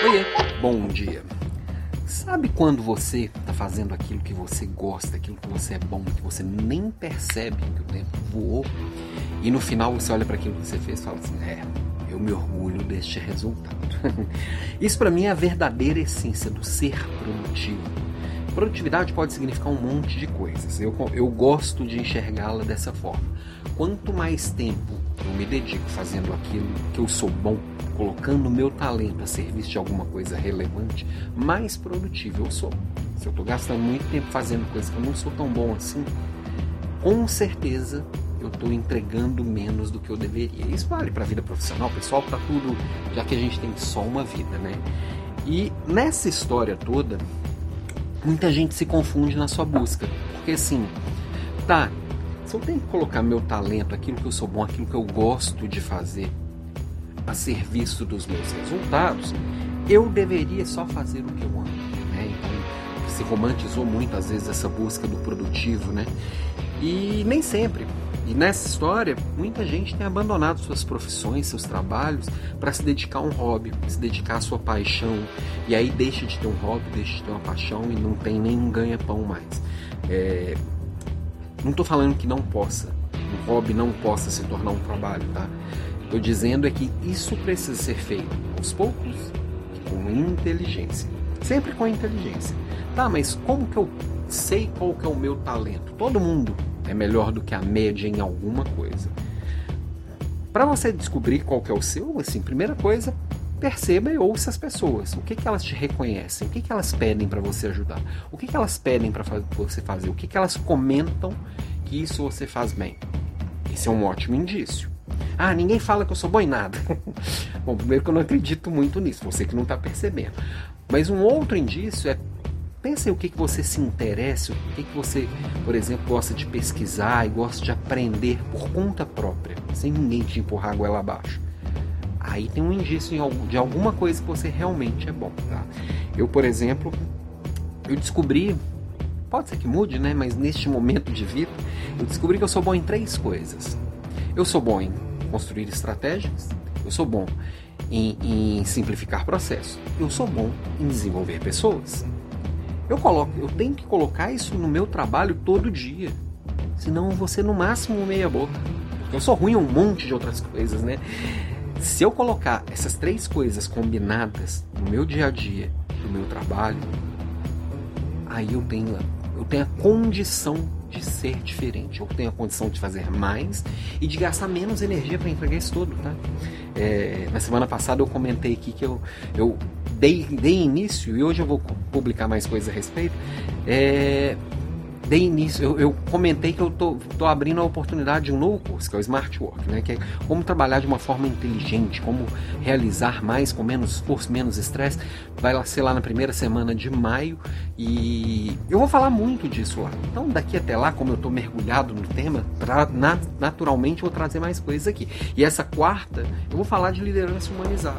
Oiê, bom dia. Sabe quando você está fazendo aquilo que você gosta, aquilo que você é bom, que você nem percebe que o tempo voou, e no final você olha para aquilo que você fez e fala assim, eu me orgulho deste resultado. Isso para mim é a verdadeira essência do ser produtivo. Produtividade pode significar um monte de coisas. Eu gosto de enxergá-la dessa forma. Quanto mais tempo eu me dedico fazendo aquilo que eu sou bom, colocando o meu talento a serviço de alguma coisa relevante, mais produtivo eu sou. Se eu estou gastando muito tempo fazendo coisas que eu não sou tão bom assim, com certeza eu estou entregando menos do que eu deveria. Isso vale para a vida profissional, pessoal, para tudo, já que a gente tem só uma vida, né? E nessa história toda, muita gente se confunde na sua busca. Porque assim, se eu tenho que colocar meu talento, aquilo que eu sou bom, aquilo que eu gosto de fazer, a serviço dos meus resultados, eu deveria só fazer o que eu amo, né? Então, se romantizou muito às vezes essa busca do produtivo, né? E nem sempre. E nessa história, muita gente tem abandonado suas profissões, seus trabalhos, para se dedicar a um hobby, se dedicar à sua paixão. E aí deixa de ter um hobby, deixa de ter uma paixão e não tem nem um ganha-pão mais. Não estou falando que não possa, um hobby não possa se tornar um trabalho, tá? Estou dizendo é que isso precisa ser feito aos poucos e com inteligência. Sempre com inteligência. Tá, mas como que eu sei qual que é o meu talento? Todo mundo é melhor do que a média em alguma coisa. Para você descobrir qual que é o seu, assim, primeira coisa, perceba e ouça as pessoas. O que elas te reconhecem? O que elas pedem para você ajudar? O que elas pedem para você fazer? O que elas comentam que isso você faz bem? Esse é um ótimo indício. Ninguém fala que eu sou bom em nada. Bom, primeiro que eu não acredito muito nisso, você que não está percebendo. Mas um outro indício é, pense em o que você se interessa, o que você, por exemplo, gosta de pesquisar e gosta de aprender por conta própria, sem ninguém te empurrar a goela abaixo. Aí tem um indício de alguma coisa que você realmente é bom, tá? Eu, por exemplo, eu descobri, pode ser que mude, né? Mas neste momento de vida, eu descobri que eu sou bom em 3 coisas. Eu sou bom em construir estratégias, eu sou bom em simplificar processos, eu sou bom em desenvolver pessoas. Eu tenho que colocar isso no meu trabalho todo dia, senão eu vou ser no máximo meia boca. Porque eu sou ruim em um monte de outras coisas, né? Se eu colocar essas 3 coisas combinadas no meu dia a dia, no meu trabalho, aí eu tenho a condição de ser diferente. Eu tenho a condição de fazer mais e de gastar menos energia para entregar isso tudo, tá? Na semana passada eu comentei aqui que eu dei início, e hoje eu vou publicar mais coisas a respeito, eu comentei que eu tô abrindo a oportunidade de um novo curso, que é o Smart Work, né? Que é como trabalhar de uma forma inteligente, como realizar mais com menos esforço, menos estresse. Vai ser lá na primeira semana de maio e eu vou falar muito disso lá. Então daqui até lá, como eu tô mergulhado no tema, naturalmente eu vou trazer mais coisas aqui. E essa quarta eu vou falar de liderança humanizada.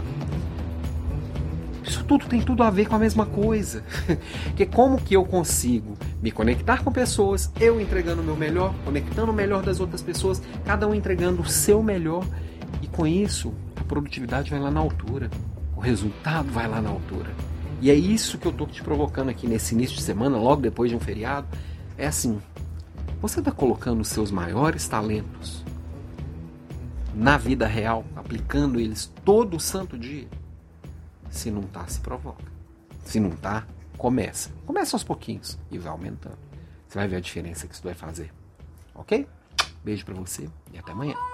Isso tudo tem tudo a ver com a mesma coisa. Que é como que eu consigo me conectar com pessoas, eu entregando o meu melhor, conectando o melhor das outras pessoas, cada um entregando o seu melhor, e com isso a produtividade vai lá na altura, o resultado vai lá na altura. E é isso que eu estou te provocando aqui nesse início de semana, logo depois de um feriado. É assim, você está colocando os seus maiores talentos na vida real, aplicando eles todo santo dia? Se não tá, se provoca. Se não tá, começa. Começa aos pouquinhos e vai aumentando. Você vai ver a diferença que isso vai fazer. Ok? Beijo pra você e até amanhã.